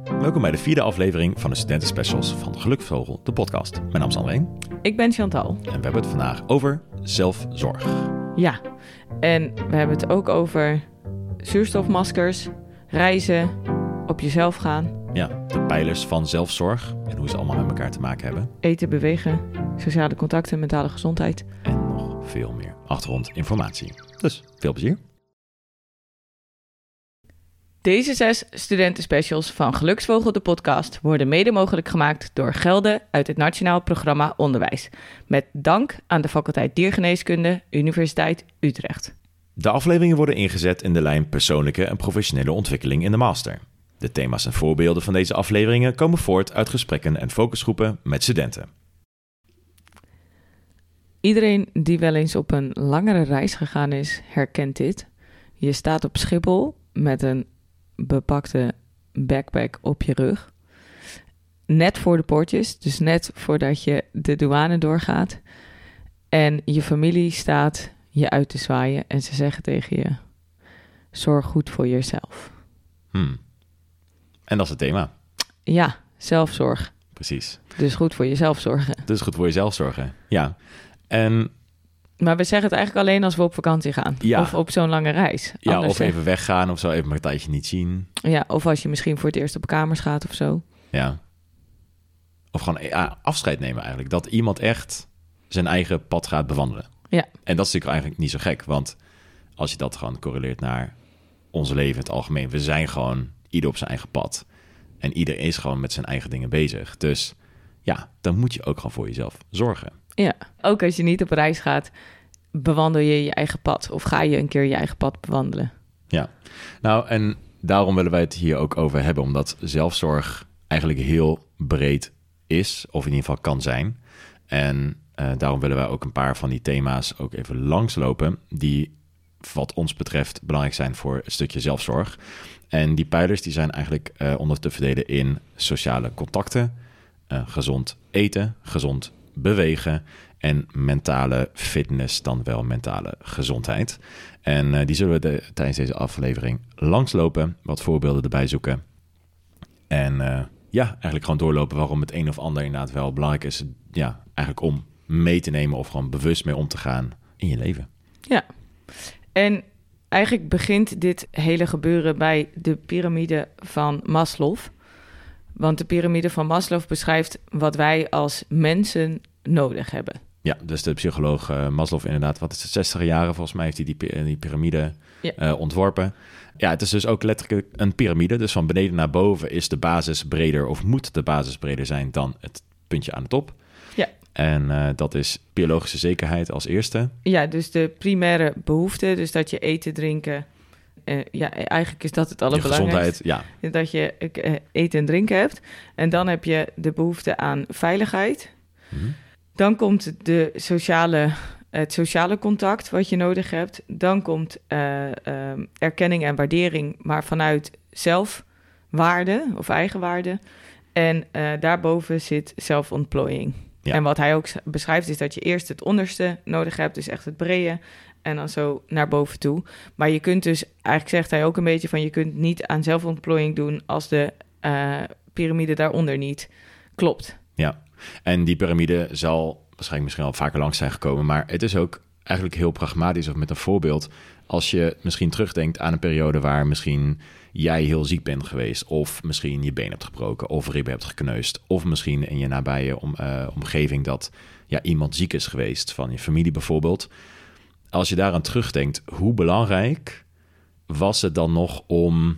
Welkom bij de 4e aflevering van de Studentenspecials van Geluksvogel, de podcast. Mijn naam is André. Ik ben Chantal. En we hebben het vandaag over zelfzorg. Ja, en we hebben het ook over zuurstofmaskers, reizen, op jezelf gaan. Ja, de pijlers van zelfzorg en hoe ze allemaal met elkaar te maken hebben. Eten, bewegen, sociale contacten, mentale gezondheid. En nog veel meer achtergrondinformatie. Dus veel plezier. Deze 6 studentenspecials van Geluksvogel de podcast worden mede mogelijk gemaakt door gelden uit het Nationaal Programma Onderwijs. Met dank aan de faculteit Diergeneeskunde, Universiteit Utrecht. De afleveringen worden ingezet in de lijn persoonlijke en professionele ontwikkeling in de master. De thema's en voorbeelden van deze afleveringen komen voort uit gesprekken en focusgroepen met studenten. Iedereen die wel eens op een langere reis gegaan is, herkent dit. Je staat op Schiphol met een bepakte backpack op je rug. Net voor de poortjes, dus net voordat je de douane doorgaat. En je familie staat je uit te zwaaien en ze zeggen tegen je: zorg goed voor jezelf. En dat is het thema. Ja, zelfzorg. Precies. Dus goed voor jezelf zorgen. Dus goed voor jezelf zorgen, ja. Maar we zeggen het eigenlijk alleen als we op vakantie gaan. Ja. Of op zo'n lange reis. Ja, Anders of even weggaan of zo, even maar een tijdje niet zien. Ja, of als je misschien voor het eerst op kamers gaat of zo. Ja. Of gewoon afscheid nemen eigenlijk. Dat iemand echt zijn eigen pad gaat bewandelen. Ja. En dat is natuurlijk eigenlijk niet zo gek. Want als je dat gewoon correleert naar ons leven in het algemeen. We zijn gewoon ieder op zijn eigen pad. En ieder is gewoon met zijn eigen dingen bezig. Dus ja, dan moet je ook gewoon voor jezelf zorgen. Ja, ook als je niet op reis gaat, bewandel je je eigen pad. Of ga je een keer je eigen pad bewandelen. Ja, nou en daarom willen wij het hier ook over hebben. Omdat zelfzorg eigenlijk heel breed is. Of in ieder geval kan zijn. En daarom willen wij ook een paar van die thema's ook even langslopen. Die wat ons betreft belangrijk zijn voor een stukje zelfzorg. En die pijlers die zijn eigenlijk onder te verdelen in sociale contacten. Gezond eten, gezond bewegen en mentale fitness, dan wel mentale gezondheid. En die zullen we tijdens deze aflevering langslopen, wat voorbeelden erbij zoeken. En eigenlijk gewoon doorlopen waarom het een of ander inderdaad wel belangrijk is. Ja, eigenlijk om mee te nemen of gewoon bewust mee om te gaan in je leven. Ja, en eigenlijk begint dit hele gebeuren bij de piramide van Maslow. Want de piramide van Maslow beschrijft wat wij als mensen nodig hebben. Ja, dus de psycholoog Maslow inderdaad, wat is het, 60 jaren volgens mij heeft hij die piramide ontworpen. Ja, het is dus ook letterlijk een piramide. Dus van beneden naar boven is de basis breder of moet de basis breder zijn dan het puntje aan de top. Ja. En dat is biologische zekerheid als eerste. Ja, dus de primaire behoeften, dus dat je eten, drinken. Eigenlijk is dat het allerbelangrijkste. Je gezondheid, ja. Dat je eten en drinken hebt. En dan heb je de behoefte aan veiligheid. Mm-hmm. Dan komt het sociale contact wat je nodig hebt. Dan komt erkenning en waardering, maar vanuit zelfwaarde of eigenwaarde. En daarboven zit zelfontplooiing. Ja. En wat hij ook beschrijft is dat je eerst het onderste nodig hebt, dus echt het brede. En dan zo naar boven toe. Maar je kunt dus, eigenlijk zegt hij ook een beetje van, je kunt niet aan zelfontplooiing doen als de piramide daaronder niet klopt. Ja, en die piramide zal waarschijnlijk misschien al vaker langs zijn gekomen. Maar het is ook eigenlijk heel pragmatisch, of met een voorbeeld. Als je misschien terugdenkt aan een periode waar misschien jij heel ziek bent geweest. Of misschien je been hebt gebroken of ribben hebt gekneusd. Of misschien in je nabije omgeving dat iemand ziek is geweest, van je familie bijvoorbeeld. Als je daaraan terugdenkt, hoe belangrijk was het dan nog om,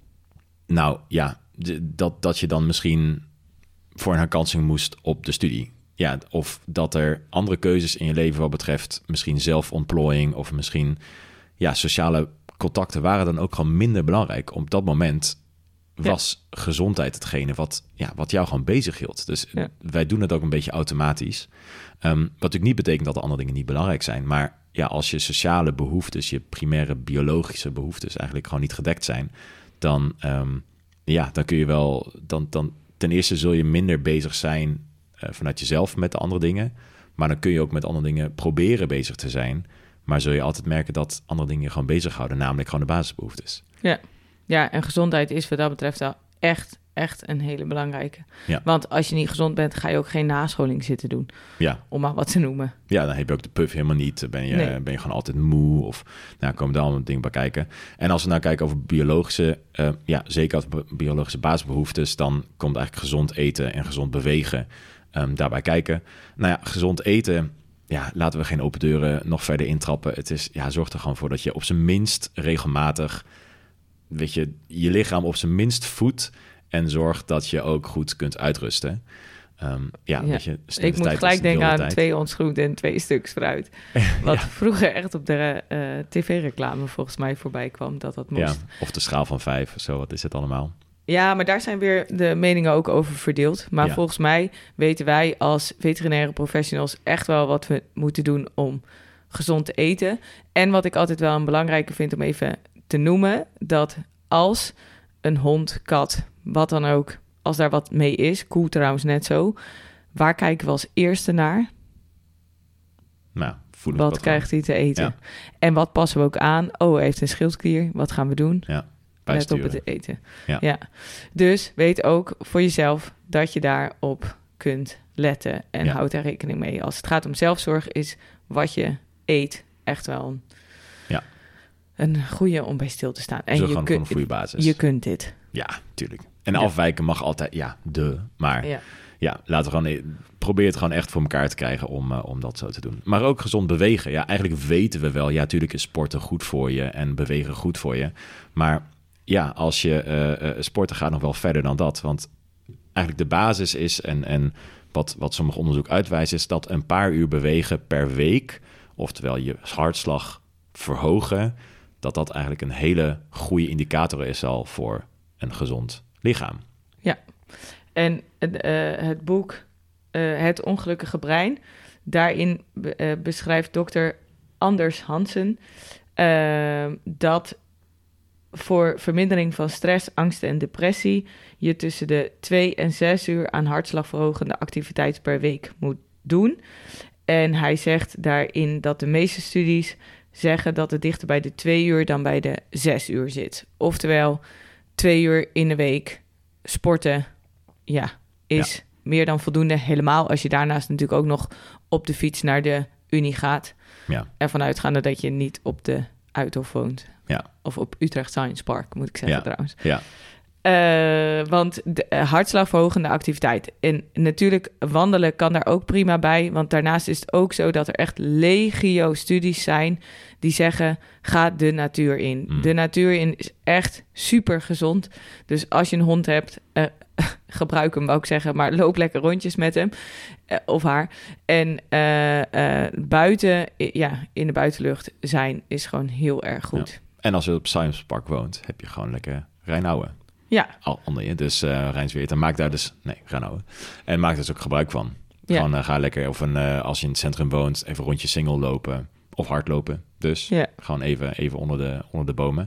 dat je dan misschien voor een herkansing moest op de studie? Ja, of dat er andere keuzes in je leven wat betreft misschien zelfontplooiing of misschien sociale contacten waren dan ook gewoon minder belangrijk. Op dat moment was gezondheid hetgene wat jou gewoon bezig hield. Dus wij doen het ook een beetje automatisch. Wat natuurlijk niet betekent dat de andere dingen niet belangrijk zijn, maar als je sociale behoeftes, je primaire biologische behoeftes eigenlijk gewoon niet gedekt zijn, dan kun je wel, dan ten eerste zul je minder bezig zijn vanuit jezelf met de andere dingen, maar dan kun je ook met andere dingen proberen bezig te zijn, maar zul je altijd merken dat andere dingen je gewoon bezighouden, namelijk gewoon de basisbehoeftes. Ja, en gezondheid is wat dat betreft wel echt echt een hele belangrijke. Ja. Want als je niet gezond bent, ga je ook geen nascholing zitten doen. Ja. Om maar wat te noemen. Ja, dan heb je ook de puff helemaal niet. Ben je gewoon altijd moe of komen daar allemaal dingen bij kijken. En als we nou kijken over biologische, zeker over biologische basisbehoeftes, dan komt eigenlijk gezond eten en gezond bewegen daarbij kijken. Nou ja, gezond eten, laten we geen open deuren nog verder intrappen. Het is, zorg er gewoon voor dat je op zijn minst regelmatig, je lichaam op zijn minst voedt en zorg dat je ook goed kunt uitrusten. Ik moet gelijk denken aan 2 ons groente en 2 stuks fruit. Wat vroeger echt op de tv-reclame volgens mij voorbij kwam, dat moest. Ja, of de schaal van 5 of zo, wat is het allemaal? Ja, maar daar zijn weer de meningen ook over verdeeld. Maar volgens mij weten wij als veterinaire professionals echt wel wat we moeten doen om gezond te eten. En wat ik altijd wel een belangrijke vind om even te noemen, dat als een hond, kat, wat dan ook, als daar wat mee is, koe trouwens net zo, waar kijken we als eerste naar? Nou, wat krijgt hij te eten? Ja. En wat passen we ook aan? Oh, hij heeft een schildklier, wat gaan we doen? Ja, let op het eten. Ja. Dus weet ook voor jezelf dat je daarop kunt letten en houd daar rekening mee. Als het gaat om zelfzorg is wat je eet echt wel een goede om bij stil te staan. En je kunt een goede basis. Je kunt dit. Ja, tuurlijk. En afwijken mag altijd, maar laten we gewoon probeer het gewoon echt voor elkaar te krijgen om dat zo te doen. Maar ook gezond bewegen. Ja, eigenlijk weten we wel, natuurlijk is sporten goed voor je en bewegen goed voor je. Maar als je sporten gaat nog wel verder dan dat. Want eigenlijk de basis is en wat sommig onderzoek uitwijst, is dat een paar uur bewegen per week, oftewel je hartslag verhogen, dat eigenlijk een hele goede indicator is al voor een gezond lichaam. Ja, en het boek Het Ongelukkige Brein, daarin beschrijft dokter Anders Hansen dat voor vermindering van stress, angst en depressie je tussen de 2 en 6 uur aan hartslagverhogende activiteit per week moet doen. En hij zegt daarin dat de meeste studies zeggen dat het dichter bij de 2 uur dan bij de 6 uur zit. Oftewel, 2 uur in de week sporten, is meer dan voldoende. Helemaal als je daarnaast natuurlijk ook nog op de fiets naar de Unie gaat. Ja. Ervan uitgaande dat je niet op de Uithof woont. Ja. Of op Utrecht Science Park, moet ik zeggen trouwens. Ja. Want de hartslagverhogende activiteit. En natuurlijk, wandelen kan daar ook prima bij. Want daarnaast is het ook zo dat er echt legio studies zijn die zeggen, ga de natuur in. De natuur in is echt super gezond. Dus als je een hond hebt, gebruik hem, wou ik zeggen, maar loop lekker rondjes met hem of haar. En buiten, in de buitenlucht zijn is gewoon heel erg goed. Ja. En als je op Science Park woont, heb je gewoon lekker Rijnauwe. Ja. Dus Rijnsweert. En maak daar dus... Nee, Rijnauwe. En maak dus ook gebruik van. Gewoon ga lekker... Of als je in het centrum woont, even rondje single lopen. Of hardlopen. Dus gewoon even onder de bomen.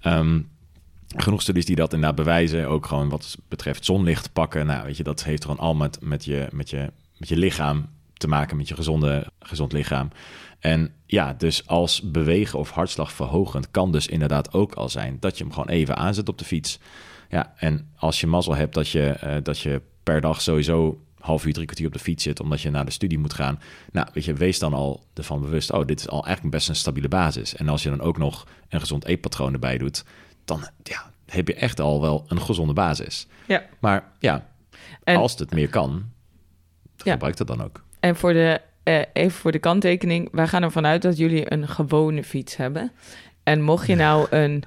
Genoeg studies die dat inderdaad bewijzen. Ook gewoon wat betreft zonlicht pakken. Nou, weet je, dat heeft gewoon al met je lichaam te maken. Met je gezond lichaam. En dus als bewegen of hartslagverhogend kan dus inderdaad ook al zijn dat je hem gewoon even aanzet op de fiets. Ja, en als je mazzel hebt dat je per dag sowieso half uur, 3 kwartier op de fiets zit, omdat je naar de studie moet gaan. Nou, weet je, wees dan al ervan bewust, dit is al eigenlijk best een stabiele basis. En als je dan ook nog een gezond eetpatroon erbij doet, dan heb je echt al wel een gezonde basis. Ja. Maar als het meer kan, gebruik dat dan ook. En even voor de kanttekening, wij gaan ervan uit dat jullie een gewone fiets hebben. En mocht je nou een,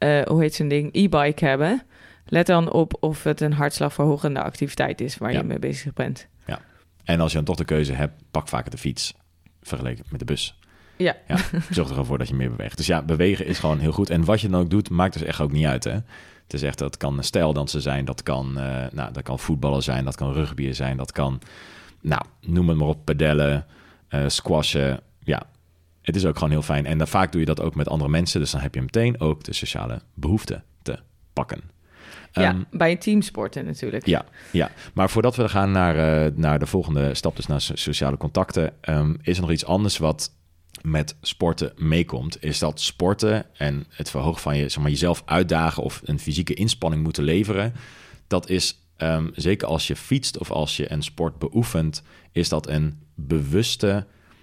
e-bike hebben, let dan op of het een hartslagverhogende activiteit is waar je mee bezig bent. Ja, en als je dan toch de keuze hebt, pak vaker de fiets vergeleken met de bus. Ja. Zorg er gewoon voor dat je meer beweegt. Dus bewegen is gewoon heel goed. En wat je dan ook doet, maakt dus echt ook niet uit, hè. Het is echt, dat kan stijldansen zijn, dat kan voetballen zijn, dat kan rugbyen zijn, dat kan, noem het maar op, pedellen, squashen. Ja, het is ook gewoon heel fijn. En vaak doe je dat ook met andere mensen, dus dan heb je meteen ook de sociale behoefte te pakken. Bij een teamsporten natuurlijk. Ja. Maar voordat we gaan naar de volgende stap, dus naar sociale contacten, is er nog iets anders wat met sporten meekomt. Is dat sporten en het verhogen van jezelf uitdagen of een fysieke inspanning moeten leveren, dat is zeker als je fietst of als je een sport beoefent, is dat een bewuste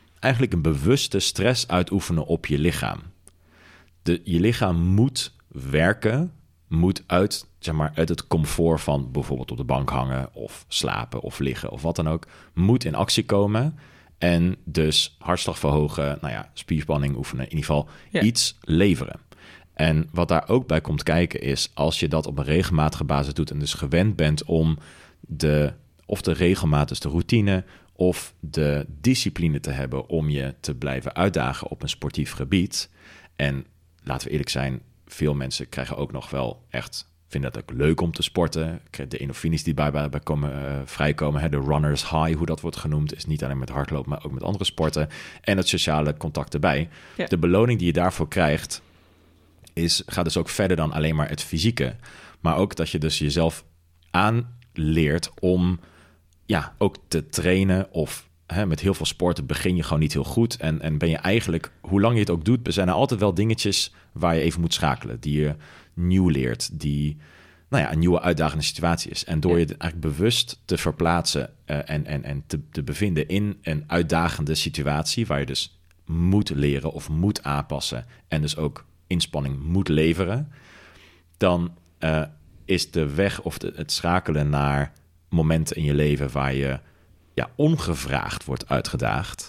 stress uitoefenen op je lichaam. Je lichaam moet werken, moet uit het comfort van bijvoorbeeld op de bank hangen of slapen of liggen of wat dan ook, moet in actie komen en dus hartslag verhogen, spierspanning oefenen, in ieder geval iets leveren. En wat daar ook bij komt kijken is, als je dat op een regelmatige basis doet en dus gewend bent om de regelmaat, dus de routine of de discipline te hebben om je te blijven uitdagen op een sportief gebied. En laten we eerlijk zijn, veel mensen krijgen ook nog wel echt, vinden het ook leuk om te sporten. De endorfines die bij vrijkomen, de runners high, hoe dat wordt genoemd, is niet alleen met hardlopen, maar ook met andere sporten. En het sociale contact erbij. Ja. De beloning die je daarvoor krijgt, gaat dus ook verder dan alleen maar het fysieke. Maar ook dat je dus jezelf aanleert om ook te trainen of met heel veel sporten begin je gewoon niet heel goed. En ben je eigenlijk, hoe lang je het ook doet, zijn er altijd wel dingetjes waar je even moet schakelen, die je nieuw leert, die een nieuwe uitdagende situatie is. En door je eigenlijk bewust te verplaatsen en te bevinden in een uitdagende situatie, waar je dus moet leren of moet aanpassen en dus ook inspanning moet leveren, dan is de weg of het schakelen naar momenten in je leven waar je ongevraagd wordt uitgedaagd,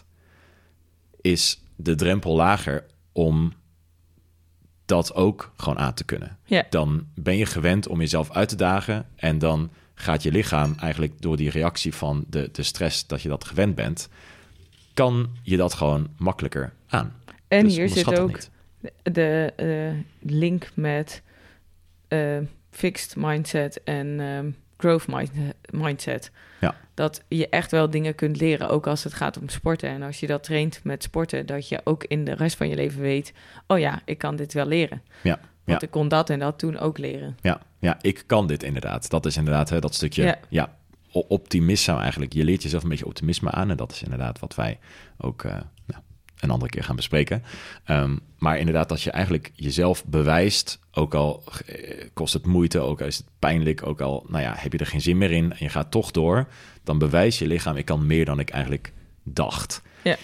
is de drempel lager om dat ook gewoon aan te kunnen. Ja. Dan ben je gewend om jezelf uit te dagen en dan gaat je lichaam eigenlijk door die reactie van de stress dat je dat gewend bent, kan je dat gewoon makkelijker aan. En dus hier zit ook de link met fixed mindset en growth mindset. Ja. Dat je echt wel dingen kunt leren, ook als het gaat om sporten. En als je dat traint met sporten, dat je ook in de rest van je leven weet, oh ja, ik kan dit wel leren. Ja. Want ik kon dat en dat toen ook leren. Ja, ik kan dit inderdaad. Dat is inderdaad dat stukje optimisme eigenlijk. Je leert jezelf een beetje optimisme aan en dat is inderdaad wat wij ook een andere keer gaan bespreken. Maar inderdaad dat je eigenlijk jezelf bewijst, ook al kost het moeite, ook al is het pijnlijk, ook al heb je er geen zin meer in en je gaat toch door, dan bewijst je lichaam, ik kan meer dan ik eigenlijk dacht. Ja.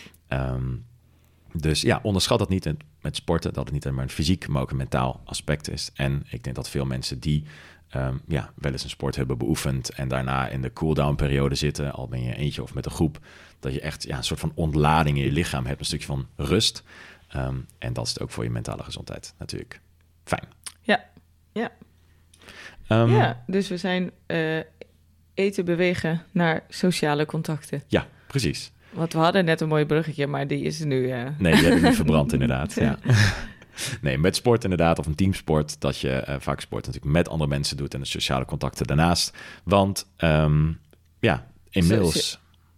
Dus onderschat dat niet met sporten, dat het niet alleen maar een fysiek, maar ook een mentaal aspect is. En ik denk dat veel mensen die wel eens een sport hebben beoefend en daarna in de cooldown periode zitten, al ben je eentje of met een groep, dat je echt een soort van ontlading in je lichaam hebt, een stukje van rust. En dat is het ook voor je mentale gezondheid natuurlijk fijn. Ja, dus we zijn eten bewegen naar sociale contacten. Ja, precies. Want we hadden net een mooi bruggetje, maar die is nu... Nee, die heb ik niet verbrand inderdaad, ja. Nee, met sport inderdaad, of een teamsport, dat je vaak sport natuurlijk met andere mensen doet en de sociale contacten daarnaast. Want inmiddels...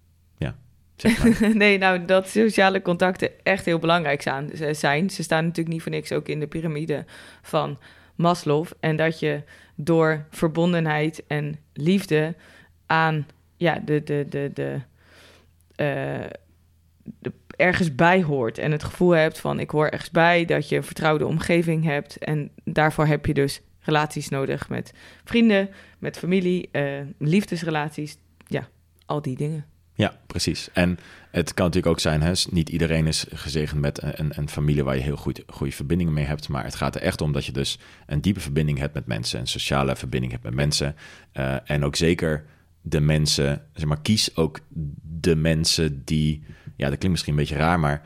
Nee, dat sociale contacten echt heel belangrijk zijn. Ze staan natuurlijk niet voor niks ook in de piramide van Maslow. En dat je door verbondenheid en liefde aan ergens bij hoort. En het gevoel hebt van ik hoor ergens bij, dat je een vertrouwde omgeving hebt. En daarvoor heb je dus relaties nodig met vrienden, met familie, liefdesrelaties. Ja, al die dingen. Ja, precies. En het kan natuurlijk ook zijn, niet iedereen is gezegend met een familie waar je heel goede verbindingen mee hebt, maar het gaat er echt om dat je dus een diepe verbinding hebt met mensen, een sociale verbinding hebt met mensen. En ook zeker de mensen, kies ook de mensen die, dat klinkt misschien een beetje raar, maar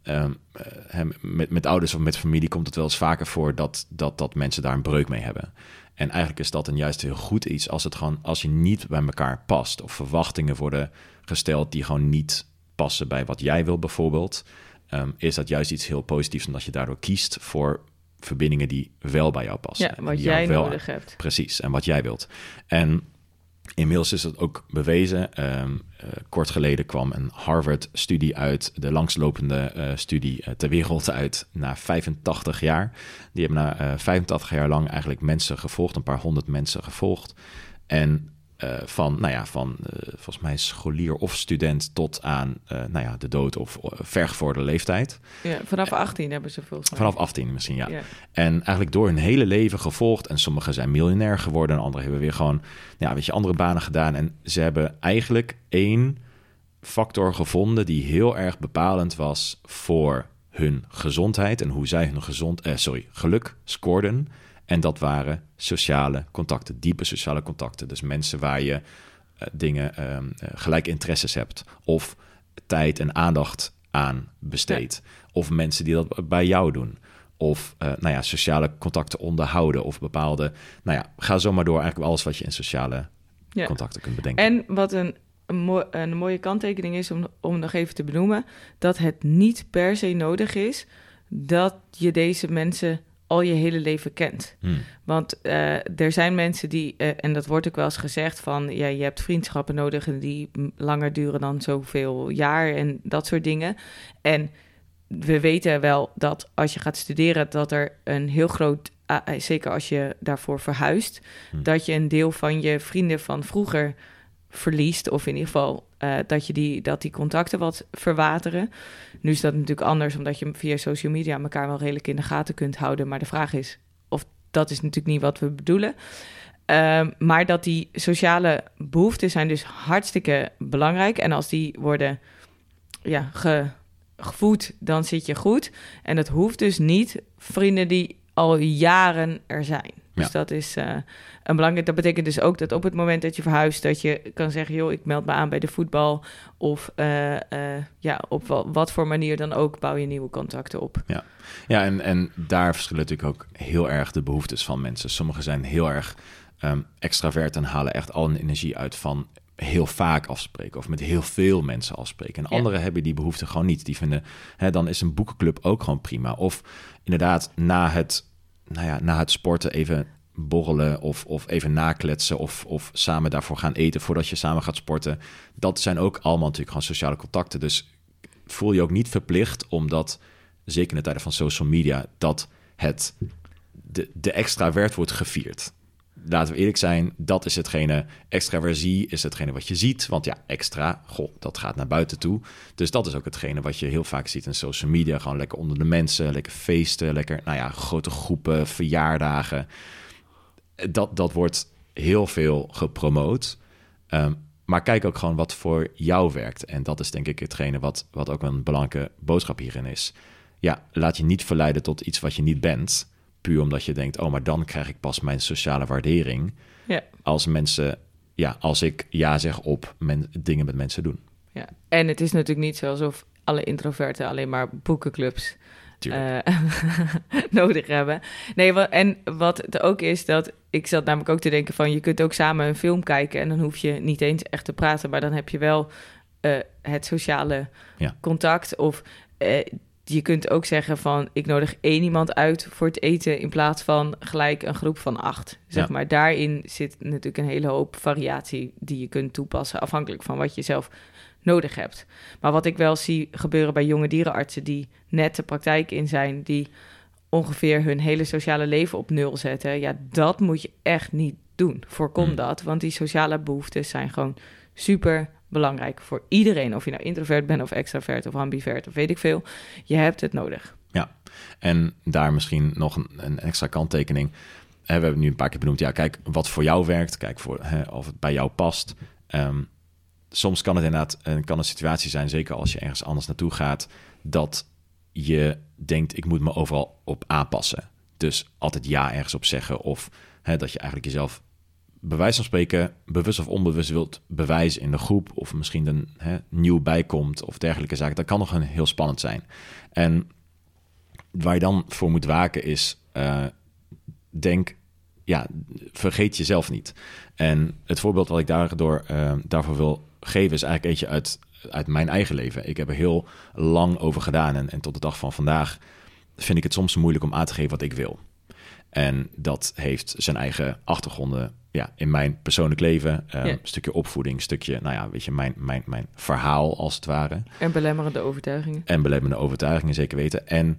met ouders of met familie komt het wel eens vaker voor dat mensen daar een breuk mee hebben. En eigenlijk is dat een juist heel goed iets als je niet bij elkaar past of verwachtingen worden gesteld die gewoon niet passen bij wat jij wil bijvoorbeeld, is dat juist iets heel positiefs omdat je daardoor kiest voor verbindingen die wel bij jou passen. Ja, wat jij nodig hebt. Precies, en wat jij wilt. En inmiddels is het ook bewezen. Kort geleden kwam een Harvard-studie uit, de langslopende studie ter wereld uit, na 85 jaar. Die hebben na 85 jaar lang eigenlijk mensen gevolgd, een paar honderd mensen gevolgd. En volgens mij scholier of student tot aan de dood of vergevorderde leeftijd. Ja, vanaf 18 hebben ze volgens mij. Vanaf 18 misschien, ja. En eigenlijk door hun hele leven gevolgd. En sommigen zijn miljonair geworden. En anderen hebben weer gewoon andere banen gedaan. En ze hebben eigenlijk 1 factor gevonden die heel erg bepalend was voor hun gezondheid en hoe zij hun geluk scoorden. En dat waren sociale contacten, diepe sociale contacten. Dus mensen waar je gelijke interesses hebt of tijd en aandacht aan besteedt. Ja. Of mensen die dat bij jou doen. Of sociale contacten onderhouden of bepaalde... ga zo maar door eigenlijk alles wat je in sociale contacten kunt bedenken. En wat een mooie kanttekening is om nog even te benoemen, dat het niet per se nodig is dat je deze mensen al je hele leven kent. Want er zijn mensen die, en dat wordt ook wel eens gezegd van, je hebt vriendschappen nodig en die langer duren dan zoveel jaar en dat soort dingen. En we weten wel dat als je gaat studeren, dat er een heel groot, zeker als je daarvoor verhuist, dat je een deel van je vrienden van vroeger verliest, of in ieder geval dat die contacten wat verwateren. Nu is dat natuurlijk anders, omdat je via social media elkaar wel redelijk in de gaten kunt houden. Maar de vraag is, of dat is natuurlijk niet wat we bedoelen. Maar dat die sociale behoeften zijn dus hartstikke belangrijk. En als die worden gevoed, dan zit je goed. En dat hoeft dus niet vrienden die al jaren er zijn. Dus dat is een belangrijk. Dat betekent dus ook dat op het moment dat je verhuist, dat je kan zeggen, joh, ik meld me aan bij de voetbal. Of op wat voor manier dan ook bouw je nieuwe contacten op. Ja, en daar verschillen natuurlijk ook heel erg de behoeftes van mensen. Sommigen zijn heel erg extravert en halen echt al hun energie uit van heel vaak afspreken of met heel veel mensen afspreken. En anderen hebben die behoefte gewoon niet. Die vinden, dan is een boekenclub ook gewoon prima. Of inderdaad na het sporten even borrelen of even nakletsen of samen daarvoor gaan eten voordat je samen gaat sporten. Dat zijn ook allemaal natuurlijk gewoon sociale contacten. Dus voel je ook niet verplicht omdat, zeker in de tijden van social media, dat de extravert wordt gevierd. Laten we eerlijk zijn, dat is hetgene, extraversie is hetgene wat je ziet. Want extra, dat gaat naar buiten toe. Dus dat is ook hetgene wat je heel vaak ziet in social media. Gewoon lekker onder de mensen, lekker feesten, lekker, grote groepen, verjaardagen. Dat wordt heel veel gepromoot. Maar kijk ook gewoon wat voor jou werkt. En dat is denk ik hetgene wat ook een belangrijke boodschap hierin is. Ja, laat je niet verleiden tot iets wat je niet bent. Puur omdat je denkt, maar dan krijg ik pas mijn sociale waardering. Ja. Als ik ja zeg op dingen met mensen doen. Ja. En het is natuurlijk niet zo alsof alle introverten alleen maar boekenclubs nodig hebben. Nee, en wat het ook is, dat ik zat namelijk ook te denken van, je kunt ook samen een film kijken en dan hoef je niet eens echt te praten, maar dan heb je wel het sociale contact. Of je kunt ook zeggen van, ik nodig 1 iemand uit voor het eten in plaats van gelijk een groep van 8. Zeg maar, daarin zit natuurlijk een hele hoop variatie die je kunt toepassen, afhankelijk van wat je zelf nodig hebt. Maar wat ik wel zie gebeuren bij jonge dierenartsen die net de praktijk in zijn, die ongeveer hun hele sociale leven op 0 zetten, dat moet je echt niet doen. Voorkom dat, want die sociale behoeftes zijn gewoon super belangrijk voor iedereen. Of je nou introvert bent of extravert of ambivert of weet ik veel. Je hebt het nodig. Ja, en daar misschien nog een extra kanttekening. We hebben nu een paar keer benoemd. Kijk wat voor jou werkt. Kijk of het bij jou past. Soms kan het inderdaad een situatie zijn, zeker als je ergens anders naartoe gaat, dat je denkt, ik moet me overal op aanpassen. Dus altijd ja ergens op zeggen. Of dat je eigenlijk jezelf bij wijze van spreken bewust of onbewust wilt bewijzen in de groep, of misschien een nieuw bijkomt of dergelijke zaken. Dat kan nog heel spannend zijn. En waar je dan voor moet waken is, vergeet jezelf niet. En het voorbeeld wat ik daarvoor wil geven is eigenlijk eentje uit mijn eigen leven. Ik heb er heel lang over gedaan en tot de dag van vandaag vind ik het soms moeilijk om aan te geven wat ik wil. En dat heeft zijn eigen achtergronden in mijn persoonlijk leven. Een stukje opvoeding, een stukje, mijn verhaal als het ware. En belemmerende overtuigingen. En belemmerende overtuigingen, zeker weten. En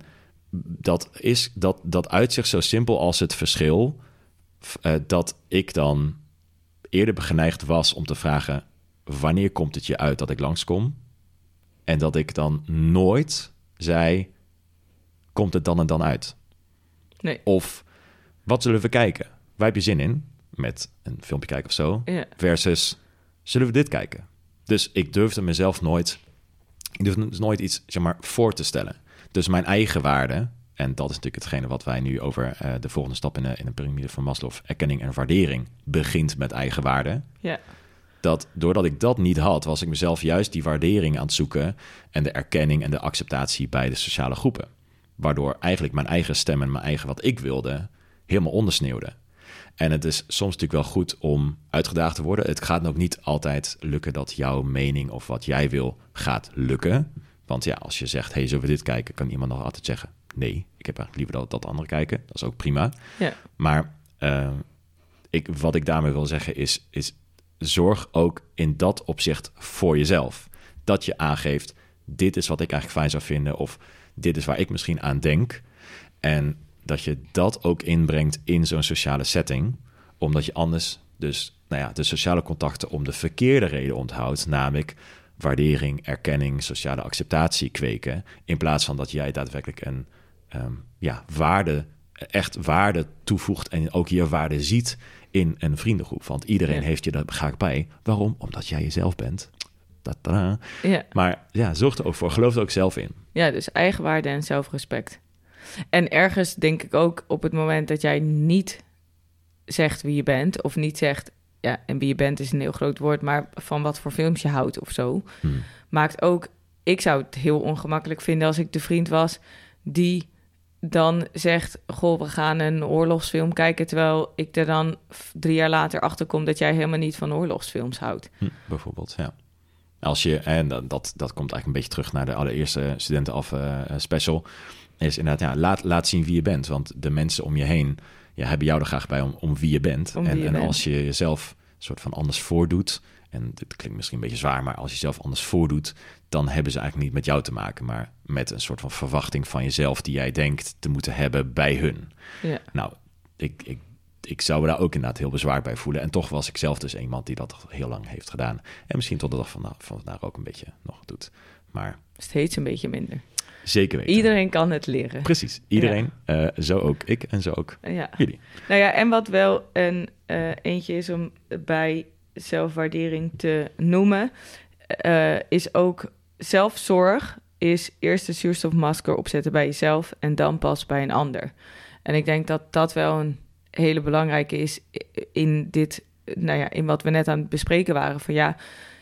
dat uit zich zo simpel als het verschil dat ik dan eerder geneigd was om te vragen... wanneer komt het je uit dat ik langskom? En dat ik dan nooit zei... komt het dan en dan uit? Nee. Of, wat zullen we kijken? Waar heb je zin in? Met een filmpje kijken of zo. Ja. Versus, zullen we dit kijken? Dus ik durfde mezelf nooit... Ik durfde dus nooit iets, zeg maar, voor te stellen. Dus mijn eigen waarde... en dat is natuurlijk hetgene wat wij nu over... de volgende stap in de piramide van Maslow... erkenning en waardering... begint met eigen waarde. Ja. Dat doordat ik dat niet had... was ik mezelf juist die waardering aan het zoeken... en de erkenning en de acceptatie bij de sociale groepen. Waardoor eigenlijk mijn eigen stem en mijn eigen wat ik wilde... helemaal ondersneeuwde. En het is soms natuurlijk wel goed om uitgedaagd te worden. Het gaat ook niet altijd lukken dat jouw mening of wat jij wil gaat lukken. Want ja, als je zegt, hey, zullen we dit kijken? Kan iemand nog altijd zeggen, nee, ik heb eigenlijk liever dat andere kijken. Dat is ook prima. Ja. Maar wat ik daarmee wil zeggen is zorg ook in dat opzicht voor jezelf. Dat je aangeeft, dit is wat ik eigenlijk fijn zou vinden... of dit is waar ik misschien aan denk. En dat je dat ook inbrengt in zo'n sociale setting. Omdat je anders dus de sociale contacten om de verkeerde reden onthoudt. Namelijk waardering, erkenning, sociale acceptatie kweken. In plaats van dat jij daadwerkelijk een waarde toevoegt. En ook je waarde ziet in een vriendengroep. Want iedereen heeft je daar graag bij. Waarom? Omdat jij jezelf bent. Ta-ta. Ja. Maar ja, zorg er ook voor. Geloof er ook zelf in. Ja, dus eigenwaarde en zelfrespect. En ergens denk ik ook op het moment dat jij niet zegt wie je bent... of niet zegt, ja, en wie je bent is een heel groot woord... maar van wat voor films je houdt of zo... maakt ook... Ik zou het heel ongemakkelijk vinden als ik de vriend was... die dan zegt, goh, we gaan een oorlogsfilm kijken... terwijl ik er dan 3 jaar later achter kom... dat jij helemaal niet van oorlogsfilms houdt. Bijvoorbeeld, ja. Als je, en dat komt eigenlijk een beetje terug naar de allereerste Studentenaf special... is inderdaad, ja, laat zien wie je bent. Want de mensen om je heen hebben jou er graag bij om wie je bent. En als je jezelf een soort van anders voordoet... en dit klinkt misschien een beetje zwaar... maar als je jezelf anders voordoet... dan hebben ze eigenlijk niet met jou te maken... maar met een soort van verwachting van jezelf... die jij denkt te moeten hebben bij hun. Ja. Nou, ik zou me daar ook inderdaad heel bezwaar bij voelen. En toch was ik zelf dus iemand die dat heel lang heeft gedaan. En misschien tot de dag van vandaag ook een beetje nog doet. Maar steeds een beetje minder. Zeker weten. Iedereen kan het leren. Precies, iedereen. Ja. Zo ook ik en zo ook jullie. Nou ja, en wat wel eentje is om bij zelfwaardering te noemen... is ook zelfzorg is eerst een zuurstofmasker opzetten bij jezelf... en dan pas bij een ander. En ik denk dat dat wel een hele belangrijke is in dit... in wat we net aan het bespreken waren. Van ja,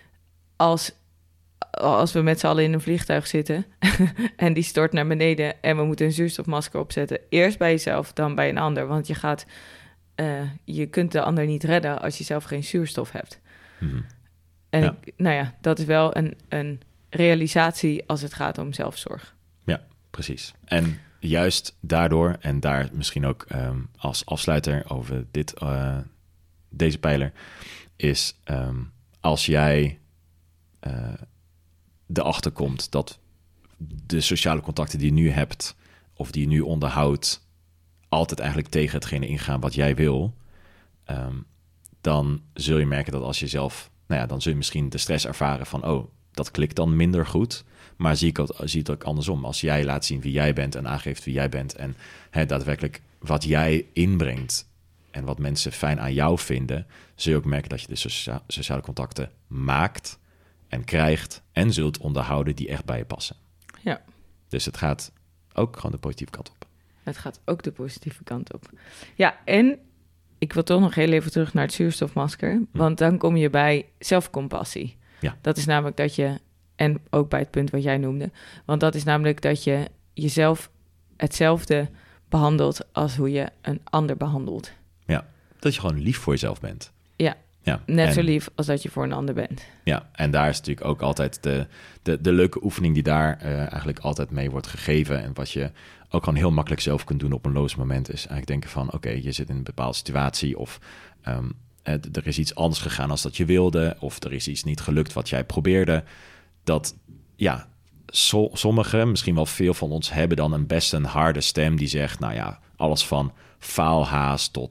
als we met z'n allen in een vliegtuig zitten... en die stort naar beneden en we moeten een zuurstofmasker opzetten... eerst bij jezelf, dan bij een ander. Want je kunt de ander niet redden als je zelf geen zuurstof hebt. Mm-hmm. En dat is wel een realisatie als het gaat om zelfzorg. Ja, precies. En juist daardoor, en daar misschien ook als afsluiter over deze pijler... is als jij... erachter komt dat de sociale contacten die je nu hebt... of die je nu onderhoudt... altijd eigenlijk tegen hetgene ingaan wat jij wil... dan zul je merken dat als je zelf... dan zul je misschien de stress ervaren van... oh, dat klikt dan minder goed. Maar zie het ook andersom. Als jij laat zien wie jij bent en aangeeft wie jij bent... en daadwerkelijk wat jij inbrengt... en wat mensen fijn aan jou vinden... zul je ook merken dat je de sociale contacten maakt... en krijgt en zult onderhouden die echt bij je passen. Ja. Dus het gaat ook gewoon de positieve kant op. Het gaat ook de positieve kant op. Ja, en ik wil toch nog heel even terug naar het zuurstofmasker. Want dan kom je bij zelfcompassie. Ja. Dat is namelijk dat je, en ook bij het punt wat jij noemde... want dat is namelijk dat je jezelf hetzelfde behandelt... als hoe je een ander behandelt. Ja, dat je gewoon lief voor jezelf bent. Ja, net zo lief als dat je voor een ander bent. Ja, en daar is natuurlijk ook altijd de leuke oefening die daar eigenlijk altijd mee wordt gegeven. En wat je ook gewoon heel makkelijk zelf kunt doen op een loos moment... is eigenlijk denken van, oké, je zit in een bepaalde situatie... of er is iets anders gegaan als dat je wilde... of er is iets niet gelukt wat jij probeerde. Dat, ja, sommigen, misschien wel veel van ons... hebben dan best een harde stem die zegt... nou ja, alles van faalhaast tot...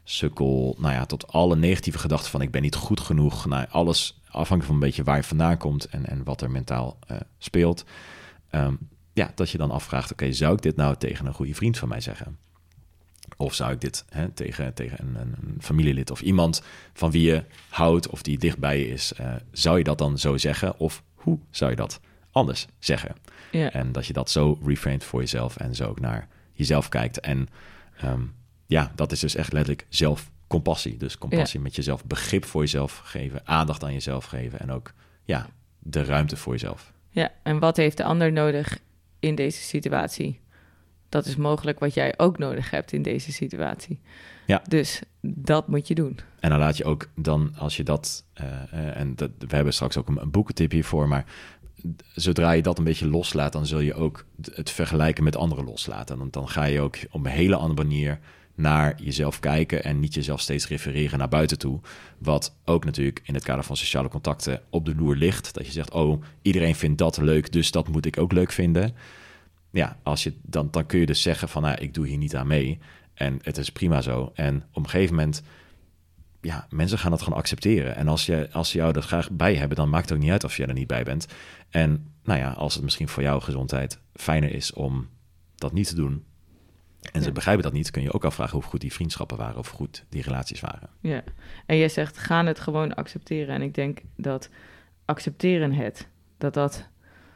sukkel, tot alle negatieve gedachten van ik ben niet goed genoeg. Alles afhankelijk van een beetje waar je vandaan komt en wat er mentaal speelt. Dat je dan afvraagt, oké, zou ik dit nou tegen een goede vriend van mij zeggen? Of zou ik dit tegen een familielid of iemand van wie je houdt of die dichtbij je is, zou je dat dan zo zeggen? Of hoe zou je dat anders zeggen? Ja. En dat je dat zo reframet voor jezelf en zo ook naar jezelf kijkt. En dat is dus echt letterlijk zelfcompassie. Dus compassie met jezelf, begrip voor jezelf geven, aandacht aan jezelf geven en ook de ruimte voor jezelf. Ja, en wat heeft de ander nodig in deze situatie? Dat is mogelijk wat jij ook nodig hebt in deze situatie. Ja. Dus dat moet je doen. En dan laat je ook dan, als je dat... we hebben straks ook een boekentip hiervoor, maar zodra je dat een beetje loslaat, dan zul je ook het vergelijken met anderen loslaten. Want dan ga je ook op een hele andere manier naar jezelf kijken en niet jezelf steeds refereren naar buiten toe. Wat ook natuurlijk in het kader van sociale contacten op de loer ligt. Dat je zegt, iedereen vindt dat leuk, dus dat moet ik ook leuk vinden. Ja, als je dan kun je dus zeggen van, ik doe hier niet aan mee. En het is prima zo. En op een gegeven moment, mensen gaan dat gewoon accepteren. En als ze jou er graag bij hebben, dan maakt het ook niet uit of je er niet bij bent. En als het misschien voor jouw gezondheid fijner is om dat niet te doen, en ze begrijpen dat niet, kun je ook afvragen hoe goed die vriendschappen waren of hoe goed die relaties waren. Ja, en jij zegt, gaan het gewoon accepteren. En ik denk dat accepteren dat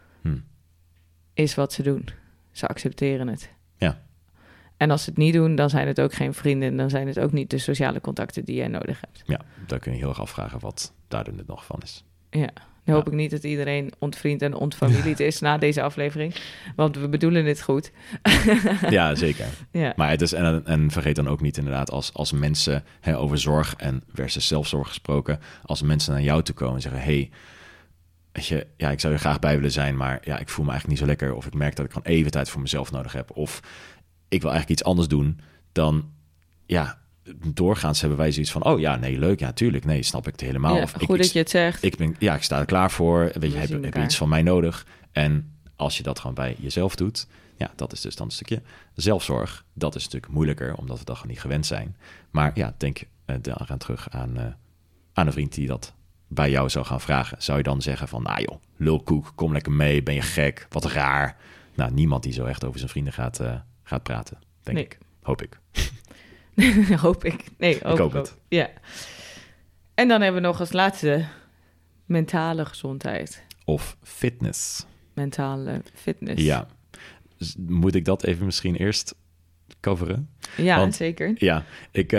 is wat ze doen. Ze accepteren het. Ja. En als ze het niet doen, dan zijn het ook geen vrienden. Dan zijn het ook niet de sociale contacten die jij nodig hebt. Ja, daar kun je heel erg afvragen wat daar de nut nog van is. Ja, nu hoop ik niet dat iedereen ontvriend en ontfamilied is na deze aflevering. Want we bedoelen dit goed. Ja, zeker. Ja. Maar het is, en vergeet dan ook niet inderdaad, als mensen over zorg en versus zelfzorg gesproken, als mensen naar jou toe komen en zeggen, hey, weet je, ik zou er graag bij willen zijn, maar ik voel me eigenlijk niet zo lekker. Of ik merk dat ik gewoon even tijd voor mezelf nodig heb. Of ik wil eigenlijk iets anders doen. Dan, doorgaans hebben wij zoiets van, leuk, tuurlijk. Nee, snap ik het helemaal. Ja, goed dat je het zegt. Ik sta er klaar voor. Weet je, heb je iets van mij nodig? En als je dat gewoon bij jezelf doet, dat is dus dan een stukje zelfzorg. Dat is natuurlijk moeilijker, omdat we dat gewoon niet gewend zijn. Maar denk daaraan terug aan een vriend die dat bij jou zou gaan vragen. Zou je dan zeggen van, lulkoek, kom lekker mee, ben je gek, wat raar. Niemand die zo echt over zijn vrienden gaat praten, denk ik. Hoop ik. Hoop ik. Nee, ik hoop het. Ja. En dan hebben we nog als laatste mentale gezondheid. Of fitness. Mentale fitness. Ja. Moet ik dat even misschien eerst coveren? Ja, want, zeker. Ja, ik...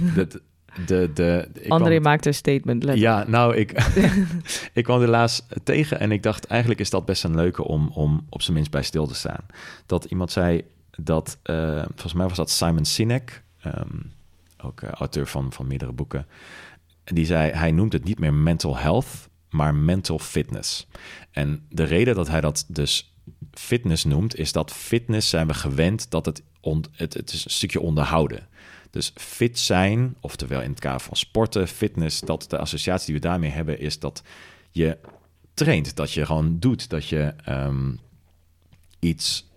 André maakt een statement. Ik kwam er laatst tegen en ik dacht, eigenlijk is dat best een leuke om op zijn minst bij stil te staan. Dat iemand zei dat, volgens mij was dat Simon Sinek, ook auteur van meerdere boeken. Die zei, hij noemt het niet meer mental health, maar mental fitness. En de reden dat hij dat dus fitness noemt, is dat fitness zijn we gewend dat het is een stukje onderhouden. Dus fit zijn, oftewel in het kader van sporten, fitness, dat de associatie die we daarmee hebben is dat je traint, dat je gewoon doet, dat je iets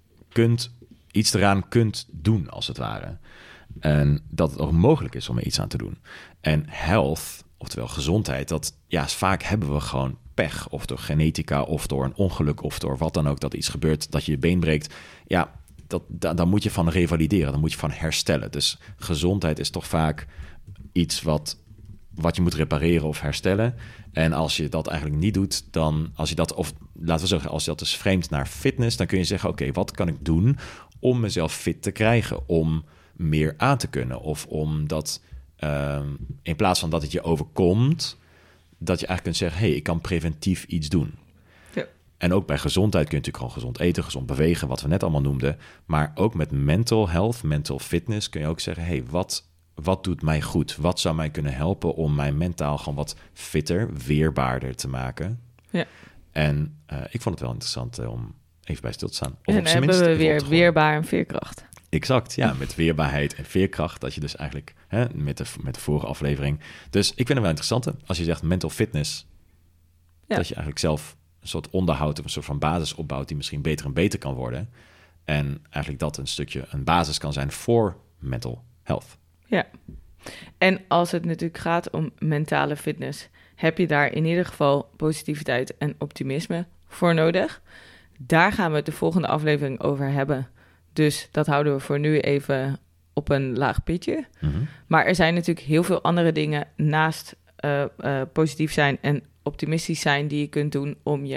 eraan kunt doen, als het ware. En dat het ook mogelijk is om er iets aan te doen. En health, oftewel gezondheid, dat vaak hebben we gewoon pech, of door genetica, of door een ongeluk, of door wat dan ook, dat iets gebeurt, dat je je been breekt. Dan moet je van revalideren, dan moet je van herstellen. Dus gezondheid is toch vaak iets wat je moet repareren of herstellen. En als je dat eigenlijk niet doet, dan als je dat dus framet naar fitness, dan kun je zeggen, oké, wat kan ik doen om mezelf fit te krijgen, om meer aan te kunnen, of om dat in plaats van dat het je overkomt, dat je eigenlijk kunt zeggen, hey, ik kan preventief iets doen. En ook bij gezondheid kun je natuurlijk gewoon gezond eten, gezond bewegen, wat we net allemaal noemden. Maar ook met mental health, mental fitness kun je ook zeggen, hey, wat doet mij goed? Wat zou mij kunnen helpen om mij mentaal gewoon wat fitter, weerbaarder te maken? Ja. En ik vond het wel interessant om even bij stil te staan. Of en dan hebben we weer weerbaar en veerkracht. Exact, ja, met weerbaarheid en veerkracht. Dat je dus eigenlijk, met de vorige aflevering. Dus ik vind het wel interessant, als je zegt mental fitness, dat je eigenlijk zelf een soort onderhoud of een soort van basis opbouwt die misschien beter en beter kan worden. En eigenlijk dat een basis kan zijn voor mental health. En als het natuurlijk gaat om mentale fitness, heb je daar in ieder geval positiviteit en optimisme voor nodig. Daar gaan we het de volgende aflevering over hebben. Dus dat houden we voor nu even op een laag pitje. Mm-hmm. Maar er zijn natuurlijk heel veel andere dingen naast positief zijn en optimistisch zijn die je kunt doen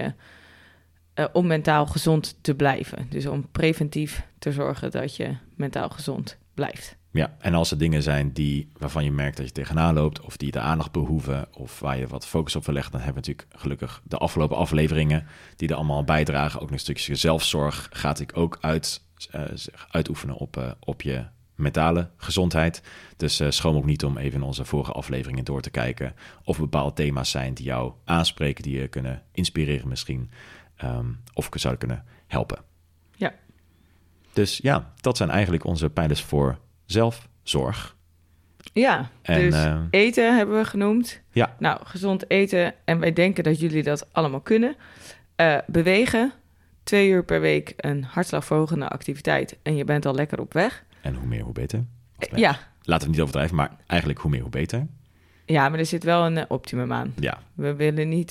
om mentaal gezond te blijven. Dus om preventief te zorgen dat je mentaal gezond blijft. Ja, en als er dingen zijn waarvan je merkt dat je tegenaan loopt, of die de aandacht behoeven, of waar je wat focus op wil leggen, dan hebben we natuurlijk gelukkig de afgelopen afleveringen die er allemaal bijdragen. Ook een stukje zelfzorg gaat ik ook uitoefenen op je mentale gezondheid. Dus schroom ook niet om even in onze vorige afleveringen door te kijken of er bepaalde thema's zijn die jou aanspreken, die je kunnen inspireren misschien, of zouden kunnen helpen. Ja. Dus ja, dat zijn eigenlijk onze pijlers voor zelfzorg. Ja, en, dus eten hebben we genoemd. Ja. Nou, gezond eten. En wij denken dat jullie dat allemaal kunnen. Bewegen. 2 uur per week een hartslagverhogende activiteit. En je bent al lekker op weg. En hoe meer, hoe beter. Ja. Laten we het niet overdrijven, maar eigenlijk hoe meer, hoe beter. Ja, maar er zit wel een optimum aan. Ja. We willen niet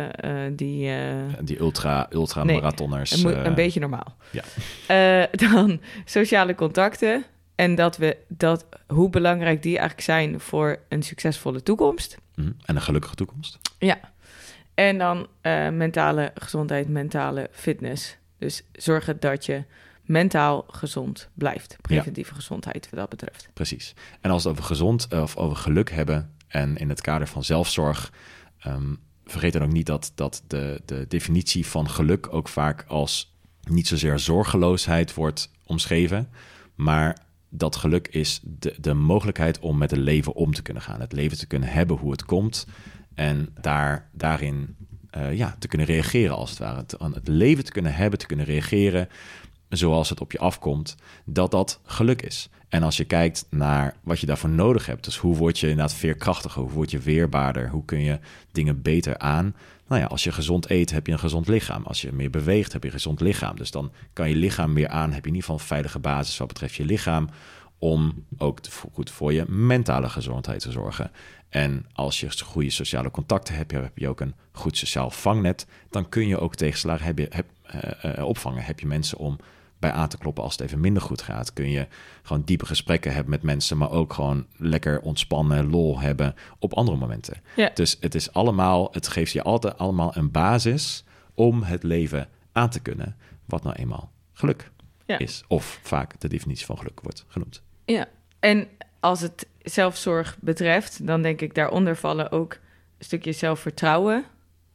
die ultra marathonners. Het moet een beetje normaal. Ja. Dan sociale contacten. En hoe belangrijk die eigenlijk zijn voor een succesvolle toekomst. En een gelukkige toekomst. Ja. En dan mentale gezondheid, mentale fitness. Dus zorgen dat je mentaal gezond blijft. Preventieve gezondheid wat dat betreft. Precies. En als we het over gezond of over geluk hebben en in het kader van zelfzorg, vergeet dan ook niet dat de definitie van geluk ook vaak als niet zozeer zorgeloosheid wordt omschreven, maar dat geluk is de mogelijkheid om met het leven om te kunnen gaan. Het leven te kunnen hebben hoe het komt en daarin te kunnen reageren als het ware. Het leven te kunnen hebben, te kunnen reageren zoals het op je afkomt, dat geluk is. En als je kijkt naar wat je daarvoor nodig hebt, dus hoe word je inderdaad veerkrachtiger, hoe word je weerbaarder, hoe kun je dingen beter aan? Nou ja, als je gezond eet, heb je een gezond lichaam. Als je meer beweegt, heb je een gezond lichaam. Dus dan kan je lichaam meer aan, heb je in ieder geval een veilige basis wat betreft je lichaam, om ook goed voor je mentale gezondheid te zorgen. En als je goede sociale contacten hebt, heb je ook een goed sociaal vangnet, dan kun je ook tegenslagen opvangen. Heb je mensen om bij aan te kloppen als het even minder goed gaat. Kun je gewoon diepe gesprekken hebben met mensen, maar ook gewoon lekker ontspannen, lol hebben op andere momenten. Ja. Dus het geeft je altijd allemaal een basis om het leven aan te kunnen, wat nou eenmaal geluk is. Of vaak de definitie van geluk wordt genoemd. Ja, en als het zelfzorg betreft, dan denk ik daaronder vallen ook een stukje zelfvertrouwen.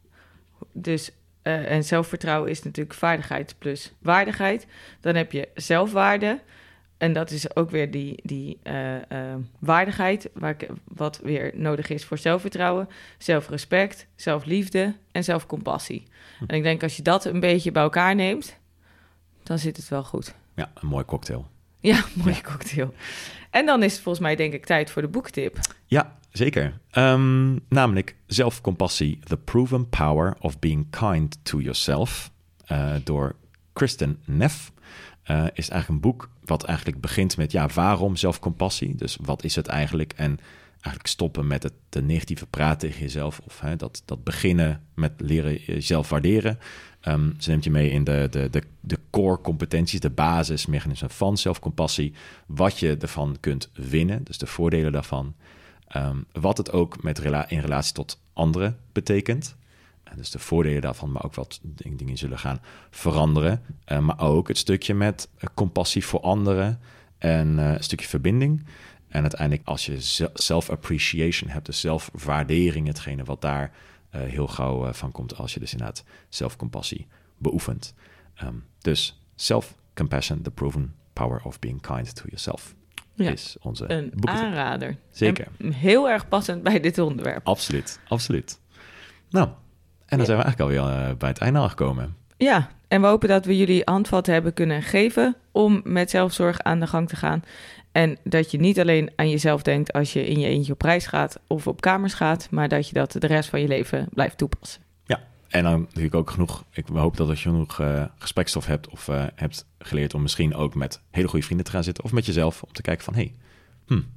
Dus en zelfvertrouwen is natuurlijk vaardigheid plus waardigheid. Dan heb je zelfwaarde. En dat is ook weer die waardigheid, wat weer nodig is voor zelfvertrouwen. Zelfrespect, zelfliefde en zelfcompassie. En ik denk als je dat een beetje bij elkaar neemt, dan zit het wel goed. Ja, een mooi cocktail. Ja, mooie cocktail. En dan is het volgens mij denk ik tijd voor de boektip. Ja, zeker. Namelijk Zelfcompassie, The Proven Power of Being Kind to Yourself, door Kristin Neff. Is eigenlijk een boek wat eigenlijk begint met waarom zelfcompassie? Dus wat is het eigenlijk? En eigenlijk stoppen met de negatieve praat tegen jezelf, of dat beginnen met leren jezelf waarderen. Ze neemt je mee in de core competenties, de basismechanismen van zelfcompassie, wat je ervan kunt winnen, dus de voordelen daarvan. Wat het ook in relatie tot anderen betekent. Dus de voordelen daarvan, maar ook wat dingen zullen gaan veranderen. Maar ook het stukje met compassie voor anderen en een stukje verbinding. En uiteindelijk als je self-appreciation hebt, dus zelfwaardering, hetgene wat daar heel gauw van komt als je dus inderdaad zelfcompassie beoefent. Dus self-compassion, the proven power of being kind to yourself. Ja, is onze een boekentip. aanrader. Zeker. En heel erg passend bij dit onderwerp. Absoluut, absoluut. Nou, en dan zijn we eigenlijk alweer bij het einde aangekomen. Ja, en we hopen dat we jullie handvatten hebben kunnen geven om met zelfzorg aan de gang te gaan. En dat je niet alleen aan jezelf denkt als je in je eentje op reis gaat of op kamers gaat, maar dat je dat de rest van je leven blijft toepassen. Ja, en dan natuurlijk ook genoeg. Ik hoop dat je genoeg gesprekstof hebt of hebt geleerd om misschien ook met hele goede vrienden te gaan zitten of met jezelf om te kijken van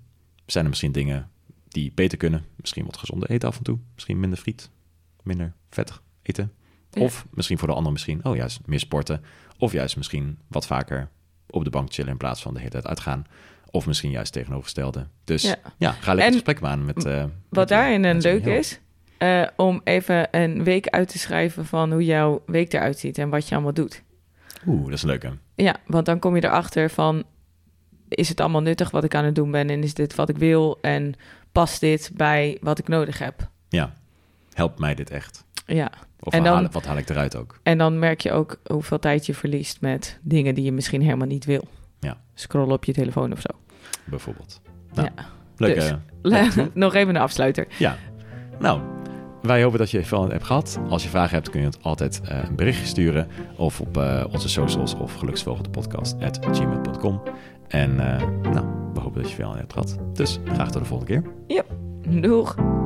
zijn er misschien dingen die beter kunnen. Misschien wat gezonder eten af en toe. Misschien minder friet, minder vettig eten. Ja. Of misschien voor de ander juist meer sporten. Of juist misschien wat vaker op de bank chillen in plaats van de hele tijd uitgaan. Of misschien juist tegenovergestelde. Dus ga lekker gesprek aan met... wat daarin een leuk is, om even een week uit te schrijven van hoe jouw week eruit ziet en wat je allemaal doet. Dat is leuk, hè? Ja, want dan kom je erachter van, is het allemaal nuttig wat ik aan het doen ben en is dit wat ik wil en past dit bij wat ik nodig heb? Ja, helpt mij dit echt? Ja. Of en wat haal ik eruit ook? En dan merk je ook hoeveel tijd je verliest met dingen die je misschien helemaal niet wil. Ja. Scrollen op je telefoon of zo. Bijvoorbeeld. Nou, ja. Leuk. Dus, nog even een afsluiter. Ja. Nou, wij hopen dat je veel hebt gehad. Als je vragen hebt, kun je het altijd een berichtje sturen. Of op onze socials of geluksvogelpodcast@gmail.com. En we hopen dat je veel aan hebt gehad. Dus graag tot de volgende keer. Ja, doeg.